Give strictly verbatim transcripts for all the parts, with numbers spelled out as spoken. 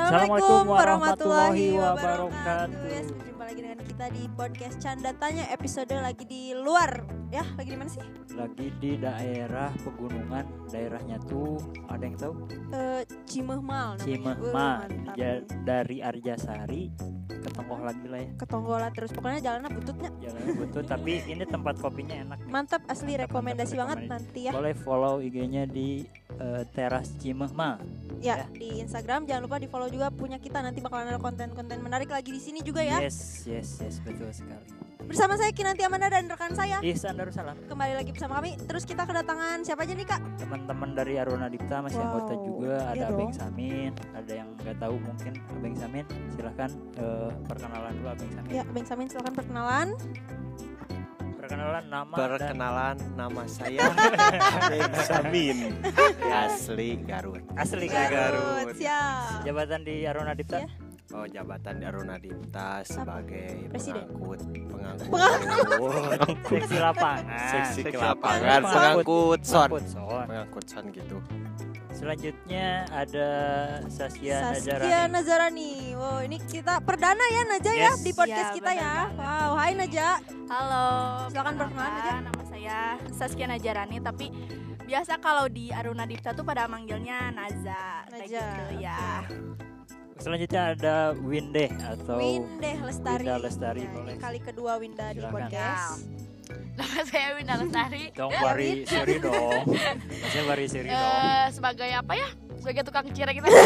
Assalamualaikum warahmatullahi wabarakatuh. Yes, berjumpa lagi dengan kita di podcast Canda Tanya episode lagi di luar. Ya, lagi di mana sih? Lagi di daerah pegunungan. Daerahnya tuh ada yang tahu? Uh, Cimehmal namanya. Cimehmal. Uh, ja, dari Arjasari ke Tonggoh lagi lah ya. Ke Tonggola terus pokoknya jalannya bututnya. Jalannya butut tapi ini tempat kopinya enak. Mantap asli, mantap, rekomendasi mantap, banget rekomendasi. Nanti ya. Boleh follow I G-nya di uh, Teras Cimehmal. Ya, ya, di Instagram jangan lupa di follow juga punya kita, nanti bakalan ada konten-konten menarik lagi di sini juga ya. Yes, yes, yes, betul sekali. Bersama saya Kinanti Amanda dan rekan saya Ihsan Darussalam. Kembali lagi bersama kami. Terus kita kedatangan siapa aja nih Kak? Teman-teman dari Aruna Dipta masih wow. anggota juga. Ada iya Abeng Samin. Ada yang nggak tahu mungkin Abeng Samin. Silahkan uh, perkenalan dulu Abeng Samin. Ya, Abeng Samin silahkan perkenalan. Perkenalan nama Perkenalan dan... nama saya Abeng Samin. Asli Garut. Asli Garut. Garut. Siap. Jabatan di Aruna Dipta. Ya. Oh, jabatan di Aruna Dipta sebagai Presiden. pengangkut pengangkut seksi lapangan seksi lapangan pengangkut son pengangkut son gitu. Selanjutnya ada Saskia Nazarani. Saskia Nazarani. Wow, ini kita perdana ya Naja yes. ya di podcast ya, kita ya. Wow, hai Naja. Halo. Silakan perkenalan Naja. Nama saya Saskia Nazarani, tapi biasa kalau di Aruna Dipta tuh pada manggilnya Naza. Naja. Gitu ya. Selanjutnya ada Windeh atau Windeh Lestari. Winda Lestari ya, boleh. Kali kedua Winda Silakan. Di podcast. Nama saya Winda Lestari. Dong bari seri dong. Saya bari seri dong. Uh, sebagai apa ya? Sebagai tukang cireng kita.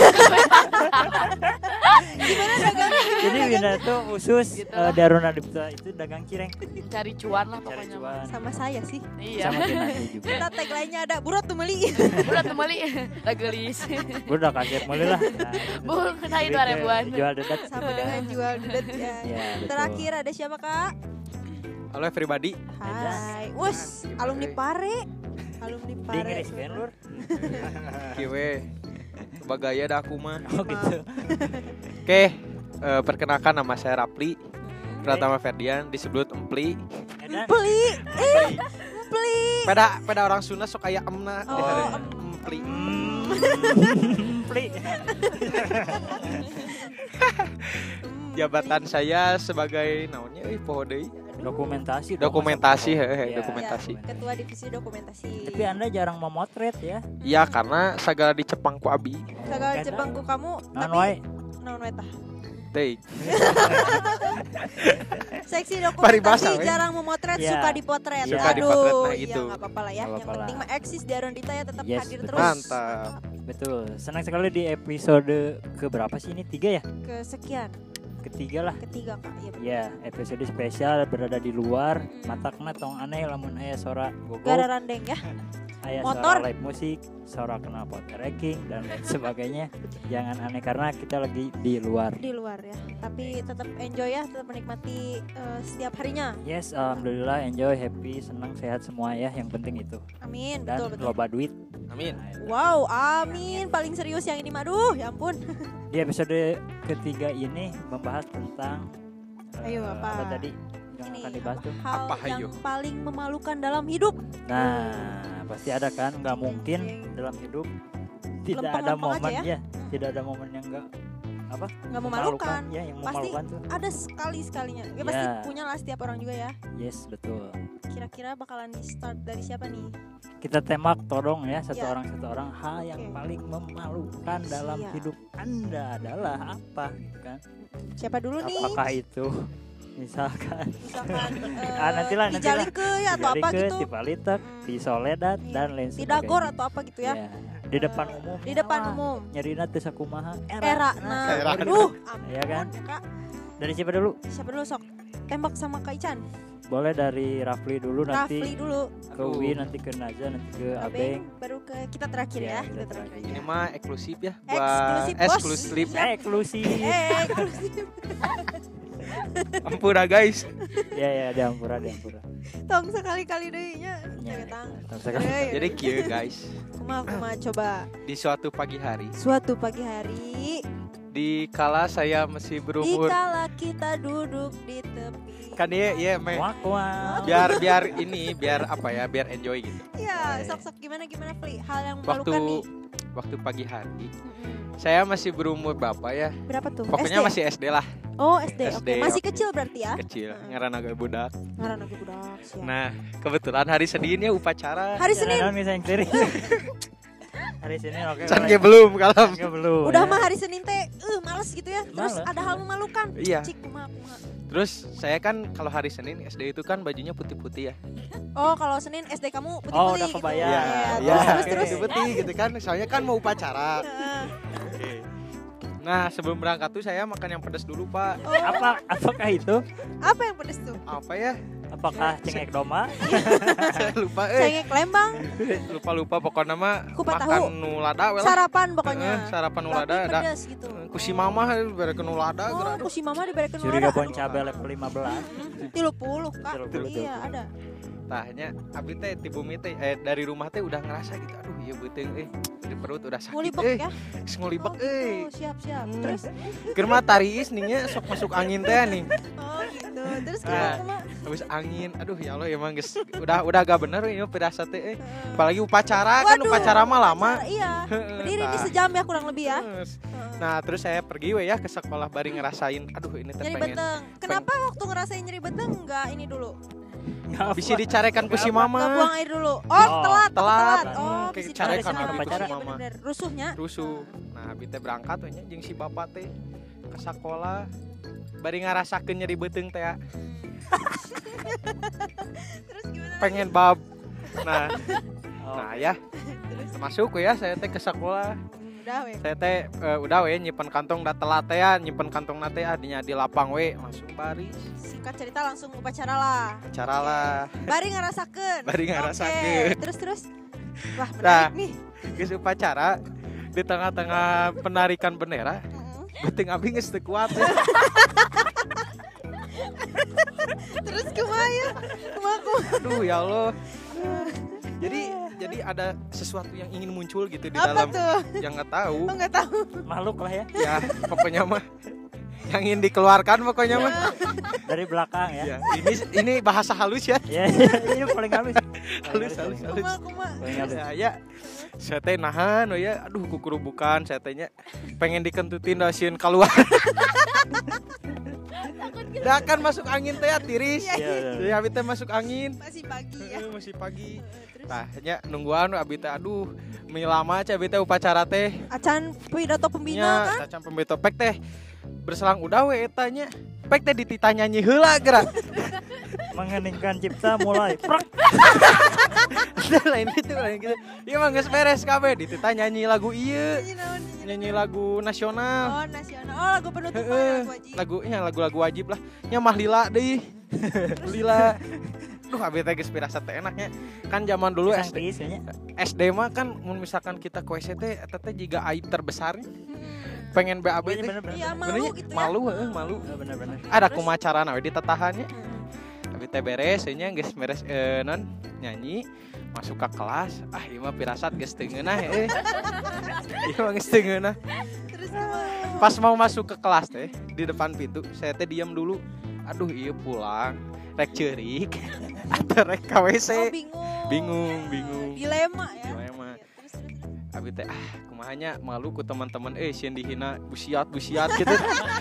Gimana dagangnya? Jadi Winda tuh khusus gitu. uh, di Aruna Dipta itu dagang cireng. Cari cuan lah Cari pokoknya. Cuan. Sama saya sih. Iya. Sama Kinanti juga. Kita tagline-nya ada burat tuh meli. Burat tuh meli. Lagelis. Udah kasih meli lah. Bu, nah itu ribuan. Jual dedet. Sama dengan jual dedet ya. Ya terakhir ada siapa Kak? Halo everybody. Hai. Wus, alumni Pare. Alumni Pare. Di ngeris kan lur. Kiwe. Bagaya dah aku mah. Oh gitu. Oke, uh, perkenalkan nama saya Rapli Pratama Ferdian, disebut Empli. Empli. Eh, Empli. Pada pada orang Sunda sok kayak emna. Oh, Empli. Empli. Jabatan saya sebagai naonnya euy poho deui. Dokumentasi. Dokumentasi, hehe, ya, dokumentasi. Ya, ketua divisi dokumentasi. Tapi Anda jarang memotret ya? Iya, karena sagala di Jepang ku abi. Sagala Jepang ku kamu. Naon wae? Naon wae tah? Teh. Seksi dokumentasi jarang memotret, ya. Suka dipotret. Suka Aduh, dipotret nah iya, gitu. Enggak apa-apa lah ya. Gak Yang apa-apa penting mah eksis di Aruna Dipta ya, tetap yes, hadir betul. terus. Mantap. Betul. Senang sekali di episode keberapa sih ini? Tiga ya? Kesekian. Ketiga lah. Ketiga Kak. Iya. Ya, episode spesial berada di luar. Matakna tong aneh lamun aya sora gogo. Gara randeng ya. Aya motor, suara live musik, suara knalpot ranking dan lain sebagainya. Jangan aneh karena kita lagi di luar. Di luar ya. Tapi tetap enjoy ya, tetap menikmati uh, setiap harinya. Yes, alhamdulillah enjoy, happy, senang, sehat semua ya. Yang penting itu. Amin. Dan betul betul. loba duit. Amin. Wow, amin. Paling serius yang ini, aduh, ya ampun. Di episode ketiga ini membahas tentang Ayo, uh, apa? apa tadi yang Ini, akan dibahas tuh? hal Apa, yang ayo? paling memalukan dalam hidup. Nah, pasti ada kan? Nggak mungkin dalam hidup tidak ada Lempeng-lempeng momen aja ya, tidak ada momen yang nggak apa? Nggak memalukan. Ya, yang Pasti memalukan tuh. ada sekali-sekalinya. Ya, pasti Ya. punya lah setiap orang juga ya. Yes, betul. Kira-kira bakalan di start dari siapa nih? Kita tembak tolong ya satu Ya. orang satu orang hal yang Oke. paling memalukan dalam Siap. hidup Anda adalah apa gitu kan? Siapa dulu nih? Apakah itu misalkan Misalkan uh, Ah, nantilah, di nantilah. Jalike ya atau apa Jalike, gitu. di Palitek, di Soledad Iya. dan lain Di sebagainya. Dagor atau apa gitu ya. Ya, di depan umum. Di depan Ah, umum. Nyarina teh sakumaha Era. Nah, Era. aduh, Iya kan? ampun, Kak. Dari siapa dulu? Siapa dulu sok? Tembak sama Kak Ican. Boleh dari Rafli dulu nanti Rafli dulu. ke Wi, nanti ke Naja, nanti ke Abeng. Abeng baru ke kita terakhir Iya, ya. kita Kita terakhir. terakhir. Ini mah eksklusif ya buat Eksklusif, bos. eksklusif. Eh, eksklusif. Eh, eksklusif. Ampura guys. Ya ya, diampura, diampura. Tong sekali-kali deh nya. Ya, Tang. tong sekali. Eh, Jadi kieu guys. kumaha kumaha coba. Di suatu pagi hari, Suatu pagi hari, di kala saya masih berumur dikala kita duduk di tepi kan dia ya meh Kuak kuak. biar biar ini biar apa ya biar enjoy gitu. Iya, sok-sok gimana gimana Fli? Hal yang Waktu memalukan nih. waktu pagi hari Mm-mm. saya masih berumur berapa ya? Berapa tuh? Pokoknya S D? masih S D lah, Oh, S D. S D, Oke, masih oke. kecil berarti ya? kecil, Heeh. ngaran agak budak. Ngaran lagi budak. Siap. Nah, kebetulan hari Senin ya upacara. Hari Senin. Jangan nih sayang tiri. Hari Senin oke. Can boleh. ge belum kalau. Oke, belum. Udah ya. mah hari Senin teh, eh males gitu ya. Terus Males. ada hal memalukan. Iya. Cik, kumaha kumaha. Terus saya kan kalau hari Senin S D itu kan bajunya putih-putih ya. Oh, kalau Senin S D kamu putih-putih Oh, udah gitu. kebayang. Iya, Iya, terus terus oke. terus. putih-putih gitu kan. Soalnya kan mau upacara. Heeh. Oke. Nah, sebelum berangkat tuh saya makan yang pedas dulu, Pak. Oh, Apa apakah itu? apa yang pedes tuh? Apa ya? Apakah cengek doma? Saya lupa eh. Cengek Lembang, Lupa-lupa pokoknya mah Kupat makan tahu. nulada we lah. sarapan pokoknya. Heeh, sarapan Tapi nulada ada. pedes gitu. Kusi mama bare ke nulada Oh, geura. kusi mama diberikan Curiga nolada. bon cabe level lima belas. Tilu puluh kak. Tilu puluh, Iya tilu ada. Tahnya abi teh ti bumi teh eh dari rumah teh udah ngerasa gitu. Aduh, ieu beuteung eh di perut udah sakit Ngulibek eh. ya. Geus ngulibek Oh, euy. gitu. Siap siap. Hmm. Terus Keur mah tariis ningnya sok masuk angin teh nih. oh gitu. Terus Nah. gimana Mak? Habis angin. Aduh ya Allah emang geus udah udah agak bener ieu pirasat teh eh. Heeh. Apalagi upacara kan Waduh, upacara mah lama. upacara, Iya. Heeh, Berdiri ini nah. sejam ya kurang lebih ya. Terus, Heeh. Nah, terus saya pergi we ya ke sekolah bari ngerasain. Aduh, ini teh Nyeri pengen. beteng. Kenapa waktu ngerasain nyeri beteng enggak ini dulu? Bisa dicarekan ku si Enggak mama. buang air dulu. Oh, Oh, telat, telat. telat. Hmm, Oh, kayak bisa carekan dicarekan abi ku si Iya, mama. bener. Rusuhnya. Rusuh. Nah, abi teh berangkat we nya jeung si bapak teh ke sekolah. Bari ngarasakeun nyeri beuteung teh ya. Terus gimana? Pengen bab. Nah, Oh, nah ya, Terus masuk we ya saya teh ke sekolah. udah weh. Saya teh eh, udah we nyimpen kantong da telat teh ya, nyimpen kantong na teh adinya di lapang we, langsung baris. Singkat cerita langsung upacara lah. Acara lah. Bari ngerasakeun. Bari ngarasakeun. Oke, Terus terus. Wah, Nah. menarik nih. Geus upacara di tengah-tengah penarikan bendera, Heeh. beuteung abi geus teu kuat ya. Terus kumaha ya? Kumaha kumaha? Aduh ya Allah. Jadi jadi ada sesuatu yang ingin muncul gitu di Apa dalam tuh? yang nggak tahu. Oh, enggak tahu. makhluk lah ya Ya, pokoknya mah yang ingin dikeluarkan pokoknya mah. dari belakang ya. Ya, ini ini bahasa halus ya. Ya, ini paling halus. Halus, halus, halus. Kumaha kumaha? Paling halus. Ya, ya. Saya teh nahan oh ya, aduh kukurubukan saya tehnya pengen dikentutin da sieun keluar. Dah kan masuk angin teh ya, tiris. Iya, Ya, ya, Ya, abi teh masuk angin. Masih pagi ya. Eh, masih pagi. Terus Nah, nya nungguan abi teh aduh, mi lama ca abi teh upacara teh. acan pidato pembina Nya kan? tacam pembeto pek teh. Berselang udah we eta nya. Pek teh ditita nyanyi heula geura. Mengeningkan cipta mulai. Prak. Lain gitu, lain gitu. Ieu mah geus beres kabeh ditita nyanyi lagu ieu. Nyanyi naon? Nyanyi lagu nasional. Oh, nasional. Oh, lagu penutupan Heeh. lagu wajib. Lagunya lagu-lagu wajib lah. Nya mah lila deui. Lila. Duh, abi teh geus pirasat teh enaknya. Kan zaman dulu S D. Sangkis kayaknya. S D mah kan mun misalkan kita ku W C teh eta teh jiga aib terbesar. Hmm. Pengen B A Oh, B ini teh. bener-bener. Iya, malu Benernya gitu ya. malu heeh, malu. Oh, bener-bener. Ada kumacarana we ditatahannya. Hmm. Abi teh beres nya geus beres eh, non nyanyi masuk ke kelas. Ah, ieu mah pirasat geus teu ngeunah euy. Ieu mah geus teu ngeunah. Terus kumaha? Pas mau masuk ke kelas teh di depan pintu, saya teh diam dulu. Aduh, ieu pulang rek ceurik atau rek K W C. Oh, bingung. Bingung, bingung. Dilema ya. Dilema. Terus terus. Abi teh ah kumahanya malu ku teman-teman eh sieun dihina busiat busiat gitu.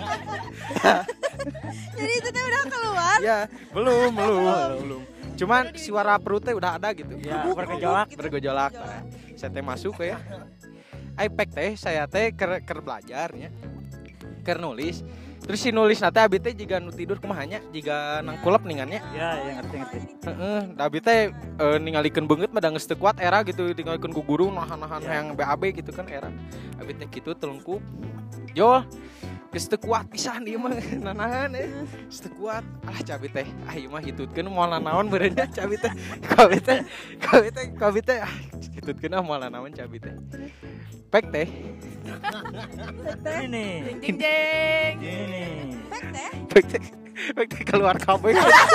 Jadi itu teh udah keluar. Ya, belum, belum, belum. Cuman suara perut teh udah ada gitu. Ya, Bubuk, bergejolak. bubuk gitu. Bergejolak. Bergejolak. Nah, saya teh masuk ya. iPad teh saya teh ker, ker belajarnya. Ker nulis. Terus si nulis nate abi teh jiga nu tidur kumahanya jiga nang kulep ningannya. Ya, ya ngerti ngerti. Heeh, da abi teh e, ningalikeun beungeut mah da geus teu kuat era gitu ningalikeun ku guru nahan-nahan Ya. hayang B A B gitu kan era. Abi teh kitu telungkup. Jol. Geus teu kuat pisan ieu mah nanahan eh. Geus teu kuat. Alah cabi teh. Ah ieu mah hitutkeun moal nanaon beureun nya cabi teh. Cabi teh. Cabi teh cabi teh. Ah hitutkeun ah moal nanaon cabi teh. Pek teh. Ini. Jeng jeng jeng. Ini. Pek teh. Pek teh. Pek teh keluar kabeh.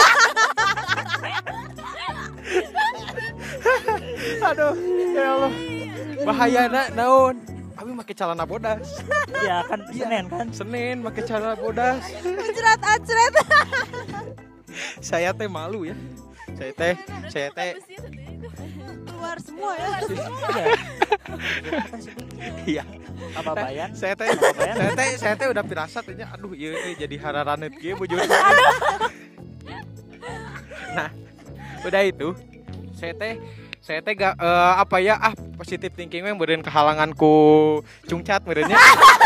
Aduh, ya Allah. Bahayana naon? Abi make celana bodas. Ya kan Senin kan. Senin make celana bodas. Anjret anjret. saya teh malu ya. Saya teh, saya teh. Keluar semua ya. Iya. Apa bayan? Saya teh, saya teh, saya teh udah pirasat aja. Aduh, ieu eh, jadi hararanet ge bujur. Nah, udah itu. Saya teh, saya teh gak uh, apa ya? Ah, positive thinking mah beureun kehalanganku cungcat meureunnya.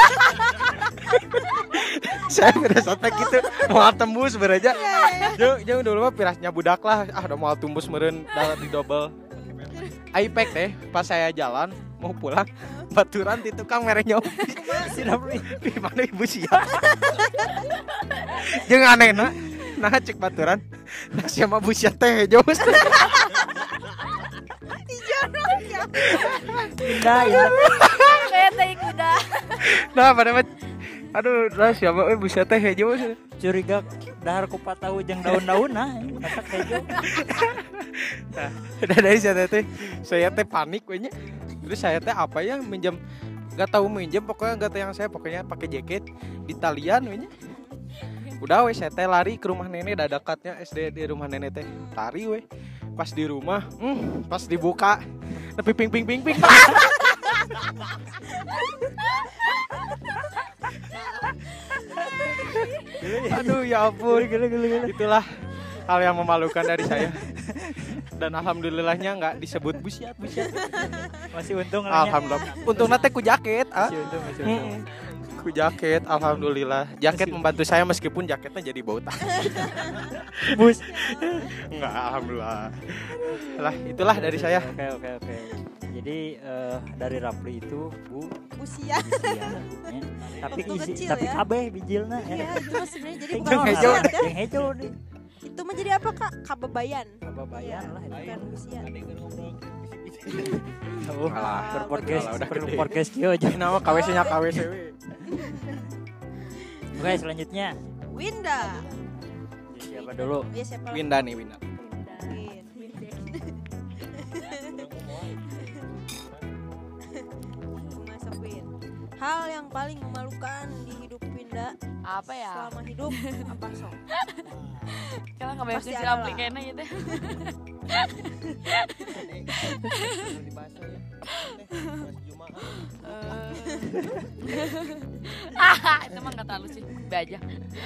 Saya pirasat teh gitu, mau tembus bereja. Jeung jeung dulu mah pirasnya budak lah. Ah, udah mau tembus meureun da di double. Aipek teh pas saya jalan mau pulang baturan di tukang mere nyopi. Siap nih. Di mana ibu siap? Jeung anehna, nah cek baturan. Nah siapa bu siap teh jos. Nah, ya. Kayak teh kuda. Nah pada mah aduh, lah siapa euy bu siap teh jos. Curiga dahar ku patahu jeung daun-daun nah, masak hejo. Nah, udah dari saya teh, saya teh panik we nya. Terus saya teh apa ya minjem enggak tahu minjem pokoknya enggak tahu yang saya pokoknya pakai jaket di talian we nya. Udah we saya teh lari ke rumah nenek dadakatnya S D di rumah nenek teh. Lari we. Pas di rumah, hmm, pas dibuka tapi ping ping ping ping. Aduh ya ampun. Itulah hal yang memalukan dari saya. Dan alhamdulillahnya nggak disebut busiat busiat. Masih untung lah. Alhamdulillah. Untung nate ku jaket, ah. Masih untung, masih untung. Mm-mm. Ku jaket, alhamdulillah. Jaket membantu saya meskipun jaketnya jadi bau tangan. Bus. Enggak, alhamdulillah. Lah, itulah dari saya. Oke, oke, oke. Jadi eh, dari Rapli itu Bu Usia. Usia, ya. Tapi Waktu isi, kecil tapi ya. kabeh bijilna ya. Iya, itu mah sebenarnya jadi Yang bukan hejo. usia ya. Yang hejo nih. Itu mah jadi apa Kak? Kabebayan. Kabebayan lah itu. Bukan usia. Oh, Alah, berpodcast, udah gede. berpodcast kio aja. Nama K W C-nya K W C W. Oke, selanjutnya Winda. siapa dulu? Ya siapa? Winda nih, Winda. Win. Masuk Win. Hal yang paling memalukan di hidup Winda Apa ya? selama hidup apa sok? Kalau nggak banyak Pasti kecil ada lah. aplikasinya gitu. Ah, itu mah nggak terlalu sih, be aja.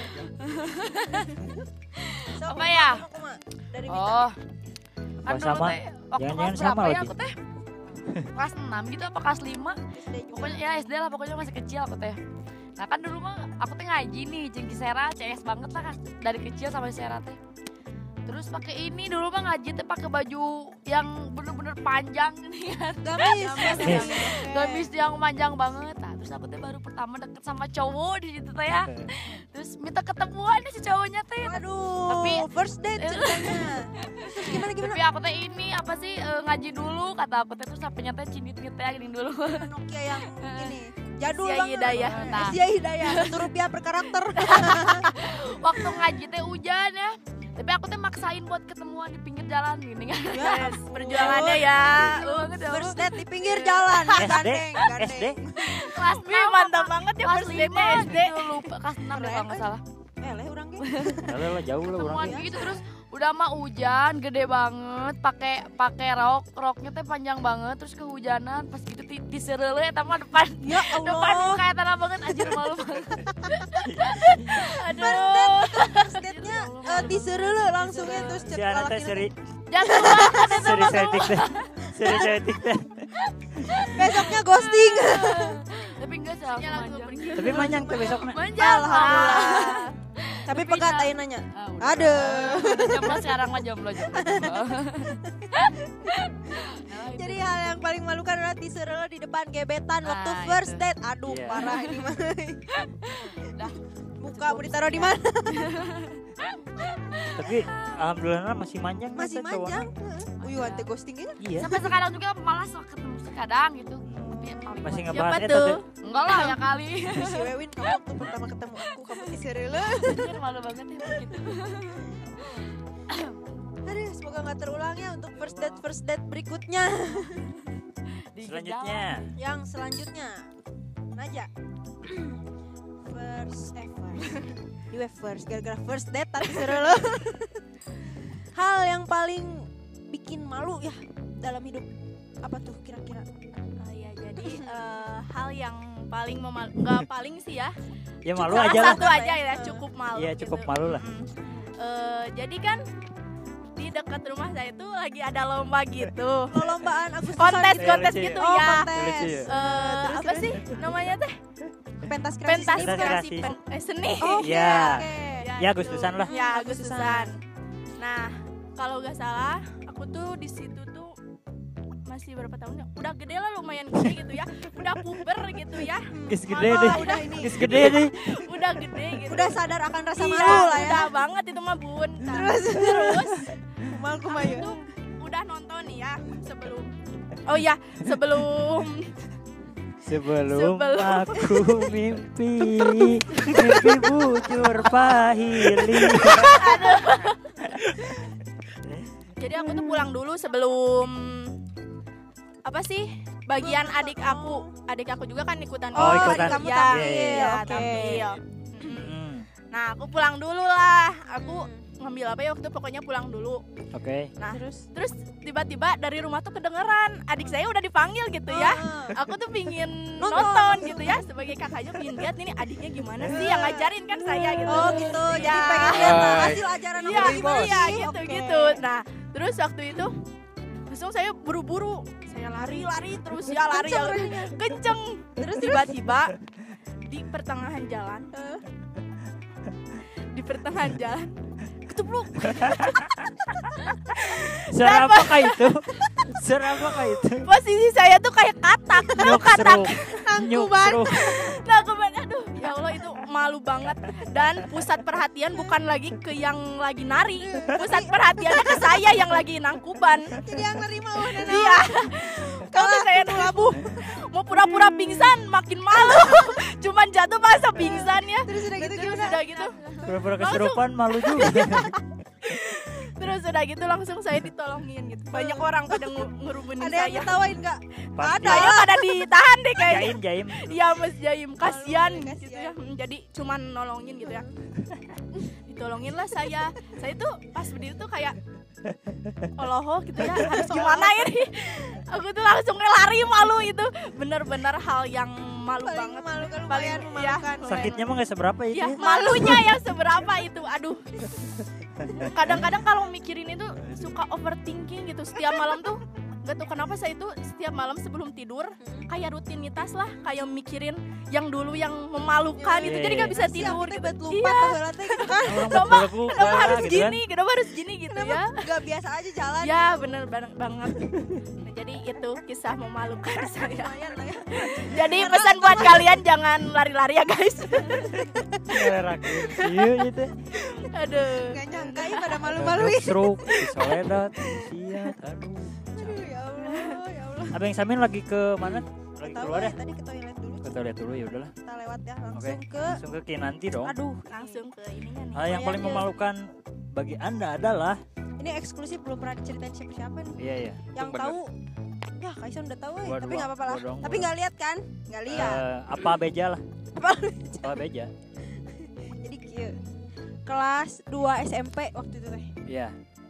Sok, Apa ya? aku mah dari Winda. Oh, kan Apa dulu sama? teh waktu Jangan-jangan kelas sama berapa ya lagi. aku teh? Kelas enam gitu apa kelas lima? S D juga. Pokoknya ya S D lah, pokoknya masih kecil aku teh. Nah kan dulu mah aku teh ngaji nih, jeung Kisera C S banget lah kan dari kecil sampai Kisera teh. Terus pakai ini dulu mah ngaji teh pakai baju yang bener-bener panjang nih kan. Gamis. Gamis. Gamis yang panjang banget. Nah, terus aku teh baru pertama deket sama cowok di situ teh ya. Terus minta ketemuan nih si cowoknya teh. Aduh, Tapi- first date ceritanya. Terus gimana gimana? Tapi aku teh ini apa sih eh, ngaji dulu kata aku teh, terus sampai nyata cinit gitu ya gini dulu. Nokia yang ini jadul Sia banget. Hidayah. Nah. Sia Hidayah, satu rupiah per karakter. Waktu ngaji teh hujan ya. Tapi aku teh maksain buat ketemuan di pinggir jalan gini kan. Ya, Perjuangannya ya. Lu banget ya. First date di pinggir jalan, S D, gandeng, gandeng. S D. Kelas Wih, mantap banget ya kelas first date-nya lima S D. gitu, lupa kelas enam deh kalau nggak salah. Eh, leh urang ge. Lalu lah jauh lah Ketemuan orang. gitu terus udah mah hujan gede banget, pakai pakai rok, roknya teh panjang banget, terus kehujanan pas gitu ti disereule eta mah depan Ya depan Allah. kayak tanah banget anjir malu banget. First Aduh. date itu first date-nya eh, disereule langsung ya terus Si cek anak teh laki seri Jangan keluar ada seri sama setik teh. Seri setik teh. besoknya ghosting. tapi enggak sih langsung manja. Tapi manjang teh besoknya. Manja. Alhamdulillah. Tapi Tapi pegat bisa. aja nanya. Ah, udah. Aduh. Udah jomblo sekarang mah jomblo jomblo. jomblo. Jadi hal yang paling malukan adalah disereule di depan gebetan waktu Nah, first itu. date. Aduh, Iya. parah ini mah. Dah. Muka mau ditaruh di mana? Tapi alhamdulillah masih manjang Masih teh cowoknya. manjang. Heeh. Uyuh, ante ghosting ya. Iya. Sampai sekarang juga malas ketemu kadang gitu. Tapi yang paling Masih buat- ngebahas Siapa eta tuh? teh. Enggak lah ya kali. Si Wewin, kamu waktu pertama ketemu aku, kamu disereule. Anjir, malu banget ya begitu. Aduh, semoga nggak terulang ya untuk first date first date berikutnya. Di Selanjutnya Yang selanjutnya, Naja. First eh first. Di web first gara-gara first date tapi sereule. Hal yang paling bikin malu ya dalam hidup apa tuh kira-kira? Oh iya, jadi eh, hal yang paling memalu, nggak paling sih ya. Ya malu Salah aja lah. satu aja ya, cukup malu. Iya, cukup gitu. malu lah. Mm. Eh, jadi kan di dekat rumah saya tuh lagi ada lomba gitu. Lo lombaan Agustusan Kontes gitu. kontes lucu ya. gitu Oh, ya. kontes. Lucu ya. Eh, Terus, apa terus? sih namanya teh? Pentas kreasi. Pentas seni. Pentas kreasi kreasi. pen- eh, seni. Oh, oke, Ya. oke. Ya, Ya, gitu. Agustusan lah. Ya, Agustusan. Nah, kalau nggak salah, aku tuh di situ tuh masih berapa tahun ya? Udah gede lah, lumayan gede gitu ya. Udah puber gitu ya. Gis gede Malu, deh. udah ini. Gis gede deh. Udah gede gitu. Udah sadar akan rasa Iya, malu lah ya. udah banget itu mah bun. Nah, terus Kumal aku kumayu. tuh udah nonton nih ya sebelum. Oh iya, sebelum Sebelum, Sebelum. aku mimpi, mimpi bujur pahili. jadi aku tuh pulang dulu sebelum apa sih? Bagian adik aku, adik aku juga kan ikutan. Oh, ikutan. kamu Ya, tampil. iya, Oke. tampil. Mm. Hmm, Nah, aku pulang dulu lah. Aku ngambil apa ya waktu itu, pokoknya pulang dulu. Oke. Nah, Terus terus tiba-tiba dari rumah tuh kedengeran adik saya udah dipanggil gitu ya. Ah. Aku tuh pingin Nonton. nonton gitu ya, sebagai kakaknya pingin lihat ini adiknya gimana sih yang ngajarin kan saya gitu. Oh gitu, jadi Ya. pengen lihat lah Hai. hasil ajaran Iya, aku gimana iya sih? gitu Oke. gitu. Nah, terus waktu itu langsung saya buru-buru, saya lari-lari terus ya lari Kenceng ya, larinya. kenceng. Terus tiba-tiba di pertengahan jalan, Eh. di pertengahan jalan ketupluk. Suara apakah itu? Suara apakah itu? Posisi saya tuh kayak katak, tahu Nyuk katak. seruk. Nyuk Tangkuban. seruk. Nah kemana, aduh ya Allah itu malu banget. Dan pusat perhatian bukan lagi ke yang lagi nari, pusat perhatiannya ke saya yang lagi nangkuban. Jadi yang nerima oh Nana. Iya. Kalau saya labu mau pura-pura pingsan makin malu. Cuman jatuh masa pingsan ya. Terus udah gitu Terus gimana? udah gitu, Pura-pura keserupan malu juga. terus udah gitu langsung saya ditolongin gitu. Banyak orang pada nge- ngerubunin Ada yang saya. ketawain enggak? Pasti. Ada. Saya pada ditahan deh kayaknya. Jaim, jaim. Iya Mas Jaim, kasihan Kasihan. gitu ya. Hmm, Jadi cuman nolongin gitu ya. Ditolongin lah saya. Saya tuh pas berdiri tuh kayak Oloho gitu ya, harus gimana ini? Aku tuh langsung lari malu itu. Bener-bener hal yang malu Paling banget. memalukan, Paling lumayan ya, memalukan. Sakitnya mah gak seberapa itu. ya ya. malunya yang seberapa itu. Aduh. Kadang-kadang kalau mikirin itu suka overthinking gitu. Setiap malam tuh gak tau kenapa saya itu setiap malam sebelum tidur kayak rutinitas lah, kayak mikirin yang dulu yang memalukan Iya, itu, iya, jadi iya. gak bisa tidur Kita gitu. buat lupa Iya. tuh helatnya gitu kan. Orang Kenapa- betul lupa Kenapa harus gitu kan. gini? Kenapa harus gini gitu Kenapa ya? Gak biasa aja jalan. Ya bener banget banget. Nah, jadi itu kisah memalukan saya. Lumayan lah ya. Jadi pesan buat kalian jangan lari-lari ya guys. Ngerakin. Iya gitu. Aduh. Gak nyangka ya pada malu-maluin. Seruk, Soledad, Siat, aduh. Aduh ya Allah, ya Allah. Abang Samin lagi ke mana? Lagi Tahu keluar ya, ya? tadi ke toilet dulu. Kita lihat dulu ya udahlah. Kita lewat ya Oke. langsung ke Langsung ke Kinanti dong. aduh, Langsung ke ininya nih. Hal yang paling Lumayan ya. memalukan bagi Anda adalah ini eksklusif belum pernah diceritain siapa-siapa nih. iya iya. Yang bener. tahu ya Kaisan udah tahu ya, Gua tapi doang, nggak apa-apa lah. gua doang, Tapi gua nggak lihat kan? Nggak lihat. Eh, apa beja lah. Apa? Apa beja? Jadi kieu. Kelas dua S M P waktu itu teh. Iya.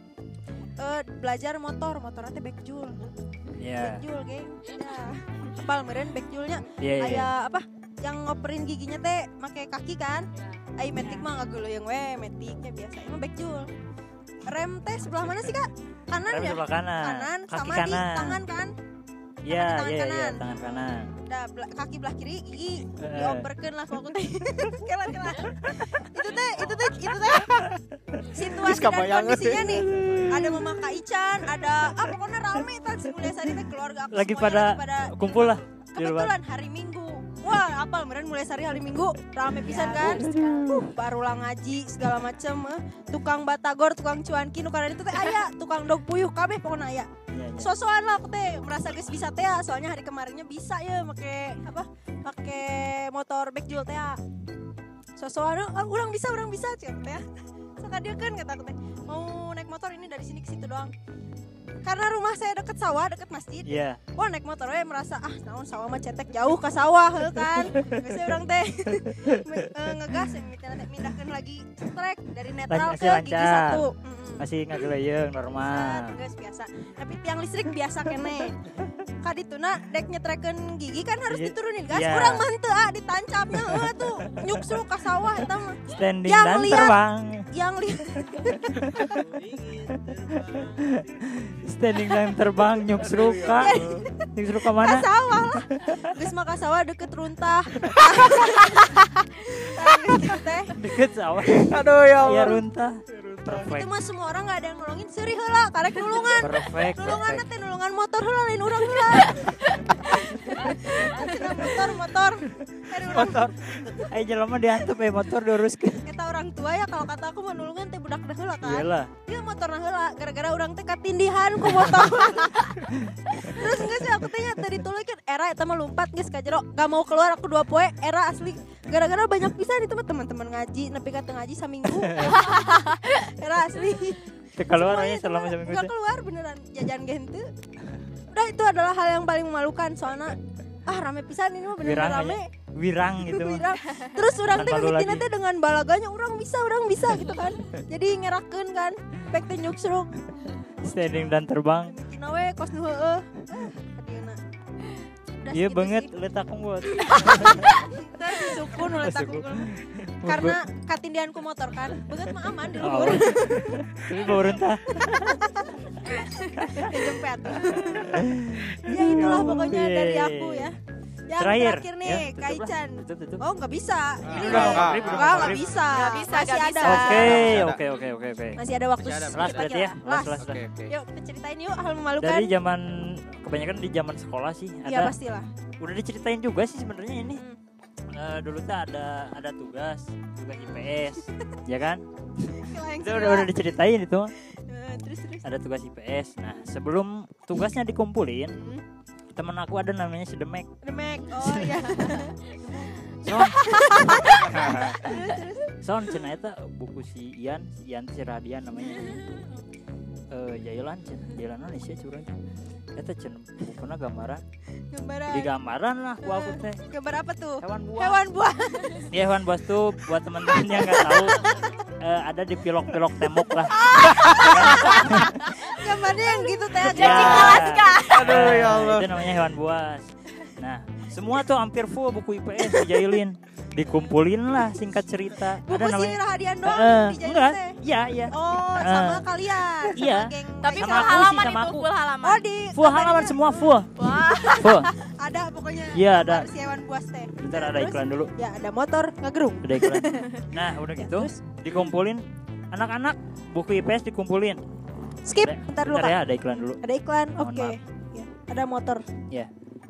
Eh, belajar motor, motornya teh backjul. Iya. Backjul, geng. Ya. Apal meureun backjulnya Iya iya. aya apa? Yang ngoperin giginya teh make kaki kan? Ai metik mah ngageuleung we, metiknya biasa. Emang backjul. Rem teh sebelah mana sih, Kak? Kanan Rem ya? sebelah kanan. Kanan Kaki sama kanan. di tangan kan? Iya tangan iya iya kanan. tangan kanan. Dah bela- kaki belah kiri gigi Eh. dioperkeun lah kalau teh. Kela kela. Itu teh, itu teh, itu teh. Situasi Geus dan kabayang kondisinya nih. Ada Mama Kak Ican, ada ah pokoknya rame tah si Mulia Sari teh keluarga aku Lagi semuanya pada lagi pada kumpul lah di luar. kebetulan hari Minggu. Wah, apal meureun Mulia Sari hari Minggu rame pisan kan. Uh, baru lah ngaji segala macem eh. Tukang batagor, tukang cuanki nu kana ditu teh aya, tukang dog puyuh kabeh pokona aya. Iya iya. Sosokan lah aku teh merasa geus bisa teh ya, soalnya hari kemarinnya bisa ya make apa make motor backjul teh ya. Sosokan ah, urang bisa urang bisa cek teh ya. Saka dia kan kata aku teh mau naik motor ini dari sini ke situ doang. karena rumah saya deket sawah, deket masjid. Iya. Wah naik motor we merasa ah naon sawah mah cetek jauh ke sawah heuh kan. Biasanya urang teh me- eh, ngegas yang minta mindahkeun lagi trek dari netral Masih ke lancar. gigi satu. Mm-mm. Masih ngageleyeung normal. Geus biasa. Tapi tiang listrik biasa kene. Kadituna dek nyetrekeun gigi kan harus Iya. diturunin gas. Iya. Urang mah henteu ah ditancapnya heuh tuh nyuksruk ka sawah eta mah. Standing Yang dan lihat- terbang. Yang lihat Standing dan terbang nyuksruk ka. Nyuksruk ka ka mana? sawah lah. Geus mah ka sawah deket runtah. Tah geus kitu teh. Deket sawah. Aduh ya Iya Allah. runtah. Perfect. Itu mah semua orang gak ada yang nolongin seuri heula karek nulungan. Perfect. Nulungan Perfect. teh nulungan motor heula lain urang heula. Cenah motor motor. Hari urang Motor. Ayo jelema diantep eh motor diuruskeun. eta orang tua ya kalau kata aku mah nulungan teh budak dah heula kan. Iyalah. Dia motorna heula gara-gara urang teh katindihan ku motor. Terus geus sih aku teh nya tadi ditulikeun era eta mah lumpat geus ka jero. Gak mau keluar aku dua poe era asli. Gara-gara banyak pisan itu mah teman-teman ngaji nepi ka teu ngaji saminggu. Era asli. Teu keluar Semuanya aja selama cuma seminggu nggak teh. keluar beneran jajan ge henteu. Udah itu adalah hal yang paling memalukan soalnya ah rame pisan ini mah bener Wirang rame. aja. Wirang gitu mah. Wirang. Terus orang teh Tanpa lu mimitina lagi. teh dengan balaganya orang bisa orang bisa gitu kan. Jadi ngerakeun kan pek teh nyuksruk. Standing dan terbang. Mimitina we kos nu heueuh. Ayeuna. Udah Iya segitu banget sih. letak buat. Terus si suku nu letak Suku. unggul. Karena katindihan ku motor kan. Beget mah aman di Oh. luhur. Tapi bawa runtah. Jempet. Ya itulah pokoknya Oke. dari aku ya. Yang Terakhir, terakhir nih, ya, Kak tutup lah. Ican. Tutup, tutup. Oh nggak bisa. Ini Enggak, udah- enggak, enggak, enggak. nggak bisa. Nggak bisa, Masih nggak ada. bisa. Oke, Ada. oke, oke, oke, oke. Masih ada waktu Masih ada, sedikit Last berarti lagi ya, lah. last, Last. last. Oke, oke. Yuk kita ceritain yuk hal memalukan. Dari zaman kebanyakan di zaman sekolah sih Iya ada. pastilah. Udah diceritain juga sih sebenarnya ini. Hmm. Eh, dulu tuh ada ada tugas, tugas I P S, ya kan? Gila, yang Itu sebelah. udah udah diceritain itu. Eh, terus terus. Ada tugas I P S. Nah, sebelum tugasnya dikumpulin, Hmm. temen aku ada namanya si Demek. Demek. Oh iya. Son. Son cenah eta buku si Ian, si Ian si Radian namanya. Eh Jailan cenah, Jailan naon sih curang. Eta cenah bukuna gambaran. Gambaran. Di gambaran lah ku aku teh. Gambar apa tuh? Hewan buas. Hewan buah. Iya hewan buas tuh buat teman-teman yang nggak tahu eh, ada di pilok-pilok tembok lah. Gambarnya yang gitu teh. Ya. Aduh ya Allah. Itu namanya hewan buas. Nah, semua tuh hampir full buku I P S dijailin. Dikumpulin lah singkat cerita. Buku Ada si namanya. Rahadian doang Eh, dijahit enggak. teh. Iya, iya. Oh, Eh. sama kalian. Sama Iya. geng. Tapi Sama full aku sih, halaman sama itu, aku. full halaman. Oh di Full halaman semua full. Wah, Full. ada pokoknya. Iya, ada. gambar si hewan buas teh. Bentar ada Terus? iklan dulu. Ya ada motor ngegerung. Ada iklan. Nah, udah Ya, gitu terus? dikumpulin anak-anak buku I P S dikumpulin. Skip. Ada- Bentar dulu bentar Kak. ya, ada iklan dulu. Ada iklan. Mohon Oke. maaf. Ya, ada motor. Ya.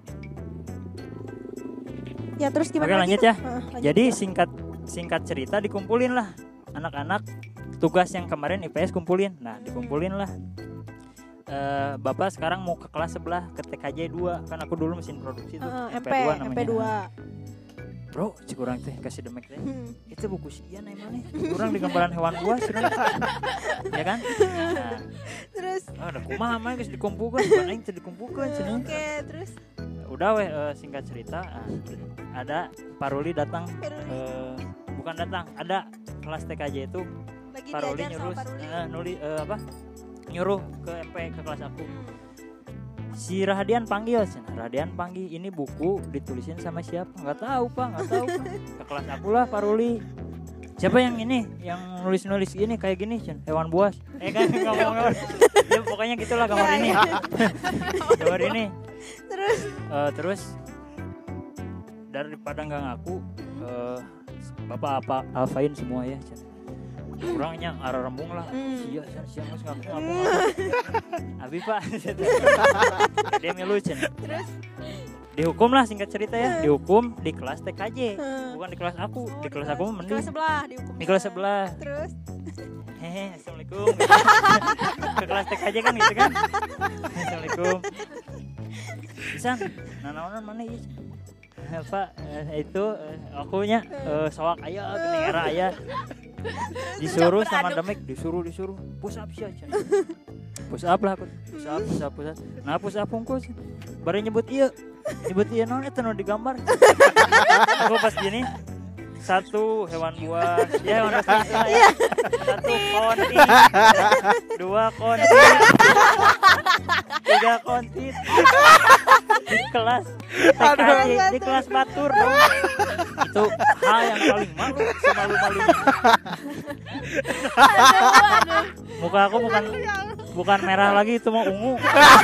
Ya terus gimana Oke, lagi lanjut tuh? ya. Heeh, lanjut. Jadi singkat singkat cerita dikumpulin lah anak-anak tugas yang kemarin I P S kumpulin. Nah, dikumpulin lah. Eh, Bapak sekarang mau ke kelas sebelah ke T K J dua kan aku dulu mesin produksi tuh Heeh, M M P P dua M P namanya. dua. Bro, si kurang teh kasih demek teh. Hmm. Itu buku sian emang nih. Kurang di gambaran hewan buas cenah. Ya kan? Nah, Terus oh, ada kumaha mah geus dikumpulkeun, bukan aing teh dikumpulkeun cenah. oke, terus Udah weh eh, singkat cerita ah, ada Paruli datang Paruli. eh, bukan datang, ada kelas T K J itu lagi Paruli diajar nyuruh sama Paruli. eh, nuli eh, apa? Nyuruh ke M P ke kelas aku. Si Rahadian panggil, cenah. Rahadian panggil, ini buku ditulisin sama siapa? Nggak tahu pak, nggak tahu pak. Ke kelas aku lah Paruli. Siapa yang ini, yang nulis-nulis ini kayak gini, Cen? Hewan buas. Eh kan ngomong-ngomong. Ya pokoknya gitulah gambar Ya, ini. ya. Gambar ini. Terus Eh, terus daripada nggak ngaku, eh, bapak apa alfain semua ya, Cen. Kurangnya arah rembung lah. Hmm. Sia, Cen, sia mas ngaku ngaku. ngaku. Abi pak, dia milu Cen. terus Dihukum lah singkat cerita ya, dihukum di kelas T K J, Hmm. bukan di kelas aku. Oh, Di kelas aku mah di mending. kelas sebelah dihukum. Di kelas sebelah. Terus Hehe, assalamualaikum. Ke kelas T K J kan gitu kan. Assalamualaikum. Bisa, nah naonan mana ya? Pak, eh, itu eh, akunya eh, soak aya gini era aya. Disuruh sama Demek, disuruh disuruh push up sih aja. push up lah aku. Push up, push up, push up. Nah push up hungkul. Baru nyebut iya. Nyebut iya non itu non digambar. Aku pas gini satu hewan buas, ya hewan buas ya. Satu konti, dua konti, tiga konti di kelas T K J, di kelas batur dong. Itu hal yang paling malu, semalu-malunya. Muka aku bukan bukan merah lagi, itu mau ungu.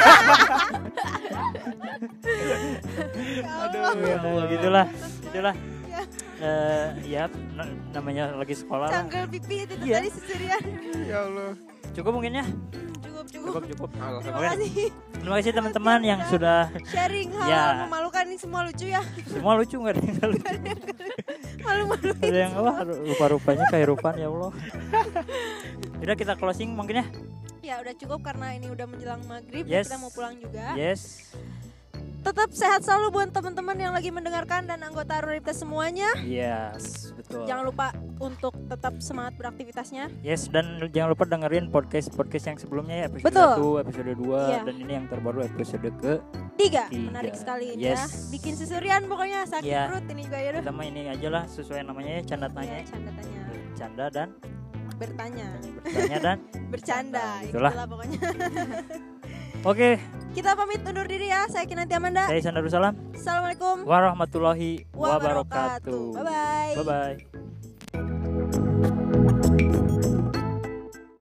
Aduh, Ya, gitulah, gitulah. Eh, ya n- namanya lagi sekolah lah. Canggal pipi itu Iya. tadi seserian. ya Allah. Cukup mungkin ya. Cukup cukup. Cukup cukup. Terima Alhamdulillah. kasih Terima kasih teman-teman yang sudah sharing hal Ya. memalukan ini semua lucu ya. semua lucu, nggak ada yang nggak lucu. Malu-malu. Ada yang wah rupa-rupanya kehidupan ya Allah. Udah kita closing mungkin ya. Ya udah cukup karena ini udah menjelang maghrib dan Yes. kita mau pulang juga. Yes. Tetap sehat selalu buat teman-teman yang lagi mendengarkan dan anggota Ruripta semuanya. Yes, betul. Jangan lupa untuk tetap semangat beraktivitasnya. Yes, dan jangan lupa dengerin podcast-podcast yang sebelumnya ya, episode Betul. satu, episode dua, Iya. dan ini yang terbaru episode ke Tiga, Tiga. menarik sekali ini Yes. ya. Bikin seserian pokoknya sakit Iya. perut ini juga ya udah. kita mah ini aja lah sesuai namanya ya, canda tanya. Iya, canda tanya. Canda dan Bertanya. bertanya dan Bercanda, Itulah. itulah pokoknya. oke, Kita pamit undur diri ya. Saya Kinanti Amanda. saya Sandar Salam. Assalamualaikum Warahmatullahi warahmatullahi wabarakatuh. wabarakatuh. Bye bye. Bye bye.